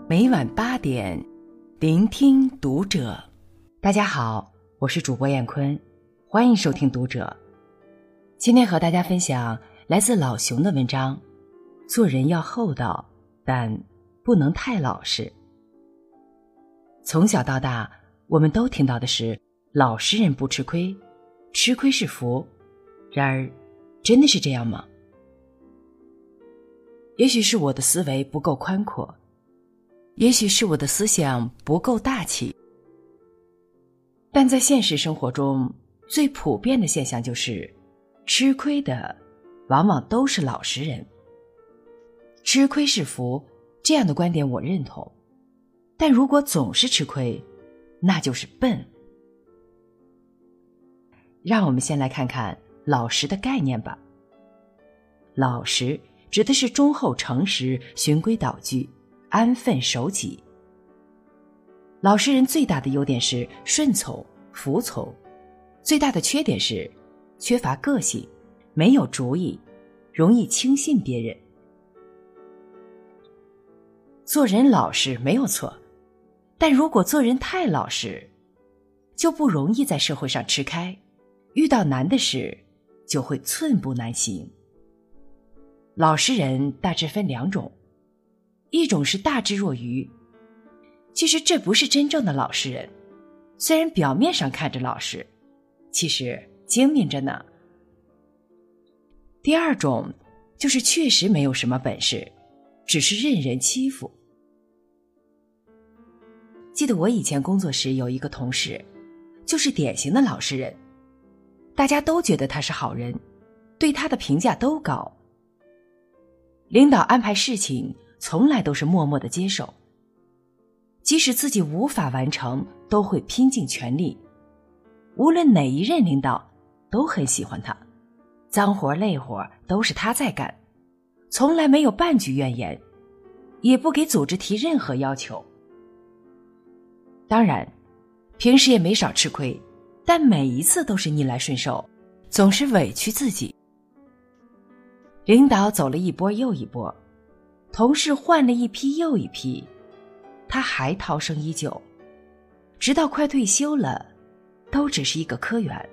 每晚8点，聆听读者。大家好，我是主播燕坤，欢迎收听读者。今天和大家分享来自老熊的文章，做人要厚道，但不能太老实。从小到大，我们都听到的是老实人不吃亏，吃亏是福。然而，真的是这样吗？也许是我的思维不够宽阔，也许是我的思想不够大气，但在现实生活中，最普遍的现象就是吃亏的往往都是老实人。吃亏是福，这样的观点我认同，但如果总是吃亏，那就是笨。让我们先来看看老实的概念吧。老实指的是忠厚诚实、循规蹈矩、安分守己。老实人最大的优点是顺从、服从，最大的缺点是缺乏个性，没有主意，容易轻信别人。做人老实没有错，但如果做人太老实，就不容易在社会上吃开，遇到难的事就会寸步难行。老实人大致分2种，一种是大智若愚，其实这不是真正的老实人，虽然表面上看着老实，其实精明着呢。第二种就是确实没有什么本事，只是任人欺负。记得我以前工作时有一个同事，就是典型的老实人，大家都觉得他是好人，对他的评价都高。领导安排事情从来都是默默的接受，即使自己无法完成，都会拼尽全力。无论哪一任领导都很喜欢他，脏活累活都是他在干，从来没有半句怨言，也不给组织提任何要求。当然，平时也没少吃亏，但每一次都是逆来顺受，总是委屈自己。领导走了一波又一波，同事换了一批又一批，他还涛声依旧，直到快退休了，都只是一个科员。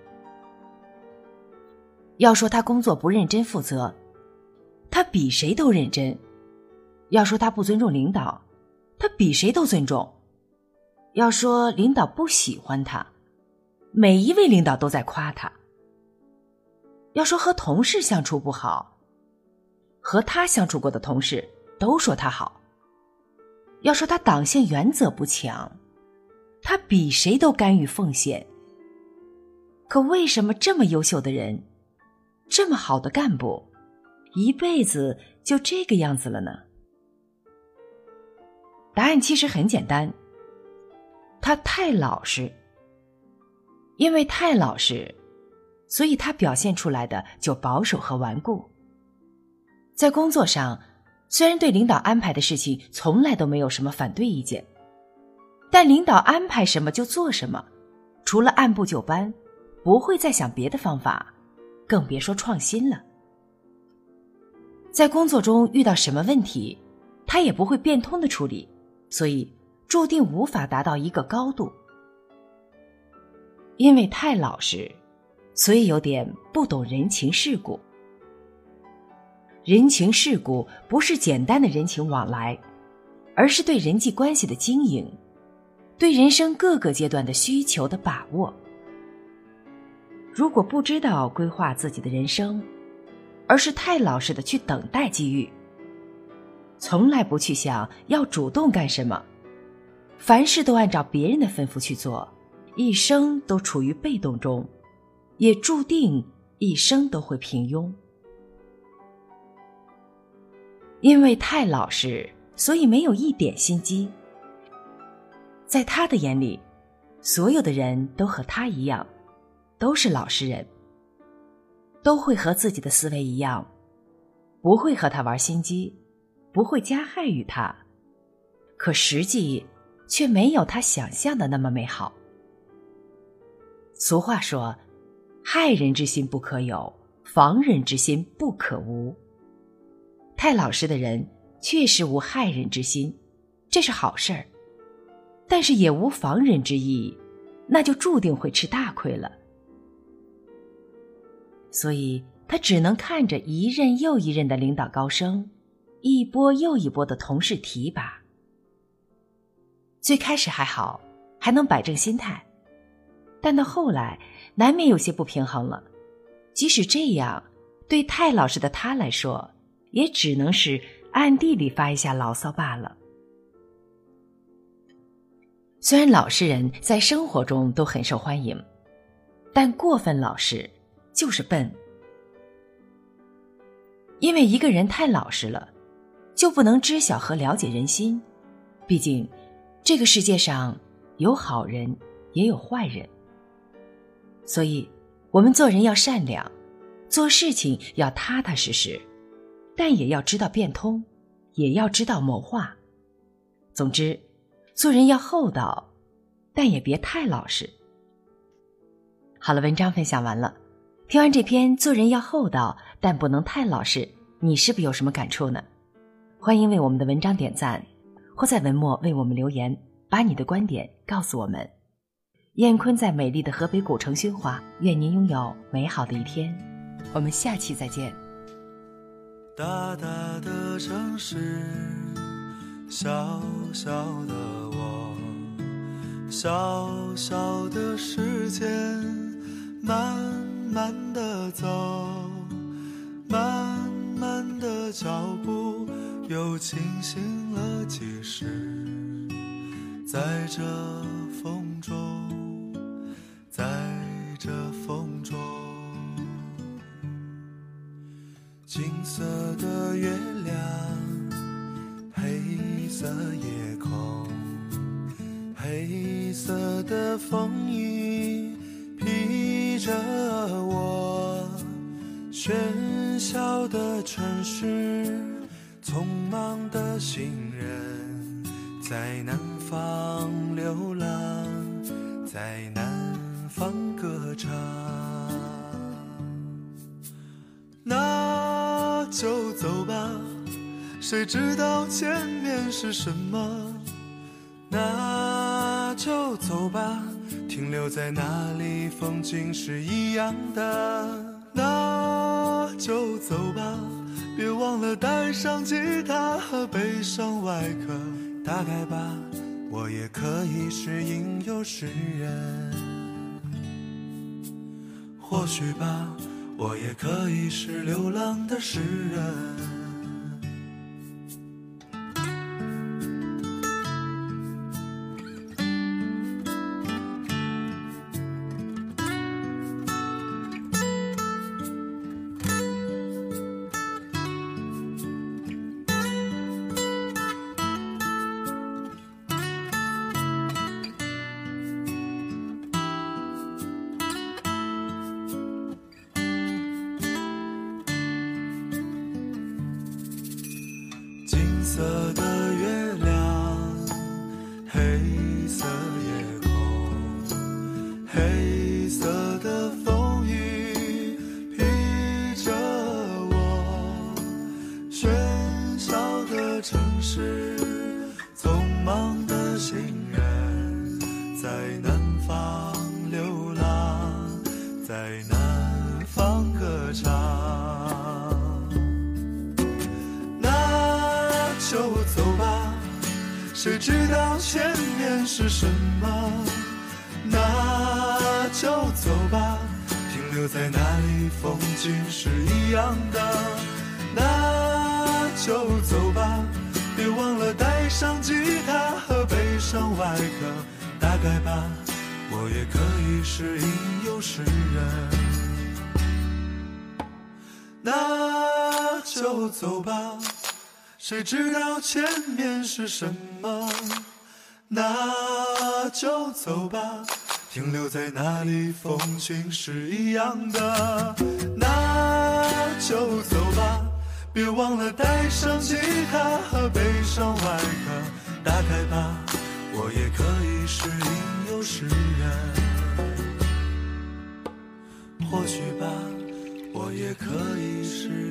要说他工作不认真负责，他比谁都认真；要说他不尊重领导，他比谁都尊重；要说领导不喜欢他，每一位领导都在夸他；要说和同事相处不好，和他相处过的同事都说他好；要说他党性原则不强，他比谁都甘于奉献。可为什么这么优秀的人，这么好的干部，一辈子就这个样子了呢？答案其实很简单，他太老实。因为太老实，所以他表现出来的就保守和顽固。在工作上，虽然对领导安排的事情从来都没有什么反对意见，但领导安排什么就做什么，除了按部就班，不会再想别的方法，更别说创新了。在工作中遇到什么问题，他也不会变通的处理，所以注定无法达到一个高度。因为太老实，所以有点不懂人情世故。人情世故不是简单的人情往来，而是对人际关系的经营，对人生各个阶段的需求的把握。如果不知道规划自己的人生，而是太老实的去等待机遇，从来不去想要主动干什么，凡事都按照别人的吩咐去做，一生都处于被动中，也注定一生都会平庸。因为太老实，所以没有一点心机。在他的眼里，所有的人都和他一样，都是老实人，都会和自己的思维一样，不会和他玩心机，不会加害于他，可实际却没有他想象的那么美好。俗话说，害人之心不可有，防人之心不可无。太老实的人确实无害人之心， 这是好事儿，但是也无防人之意，那就注定会吃大亏了。所以他只能看着一任又一任的领导高升，一波又一波的同事提拔。最开始还好，还能摆正心态，但到后来难免有些不平衡了。即使这样，对太老实的他来说，也只能是暗地里发一下牢骚罢了。虽然老实人在生活中都很受欢迎，但过分老实就是笨。因为一个人太老实了，就不能知晓和了解人心。毕竟这个世界上有好人也有坏人，所以我们做人要善良，做事情要踏踏实实，但也要知道变通，也要知道谋划。总之，做人要厚道，但也别太老实。好了，文章分享完了。听完这篇做人要厚道，但不能太老实，你是不是有什么感触呢？欢迎为我们的文章点赞，或在文末为我们留言，把你的观点告诉我们。燕坤在美丽的河北古城喧哗，愿您拥有美好的一天。我们下期再见。 大大的城市，小小的我，小小的时间，慢慢的走，慢慢的脚步，又清醒了几时。在这风中，在这风中，金色的月亮，黑色夜空，黑色的风衣披着我，喧嚣的城市，匆忙的行人，在南方流浪，在南方歌唱。那就走吧，谁知道前面是什么？那就走吧，停留在那里风景是一样的。那就走吧，别忘了带上吉他和悲伤外壳。大概吧，我也可以是吟游诗人。或许吧，我也可以是流浪的诗人。金色的月亮，黑色夜空，黑色的风雨披着我，喧嚣的城市，匆忙的行人，在南方流浪，在南方歌唱。就走吧，谁知道前面是什么？那就走吧，停留在那里风景是一样的。那就走吧，别忘了带上吉他和悲伤外壳。大概吧，我也可以是吟游诗人。那就走吧，谁知道前面是什么？那就走吧，停留在那里风景是一样的。那就走吧，别忘了带上吉他和悲伤外壳。大概吧，我也可以是吟游诗人。或许吧，我也可以是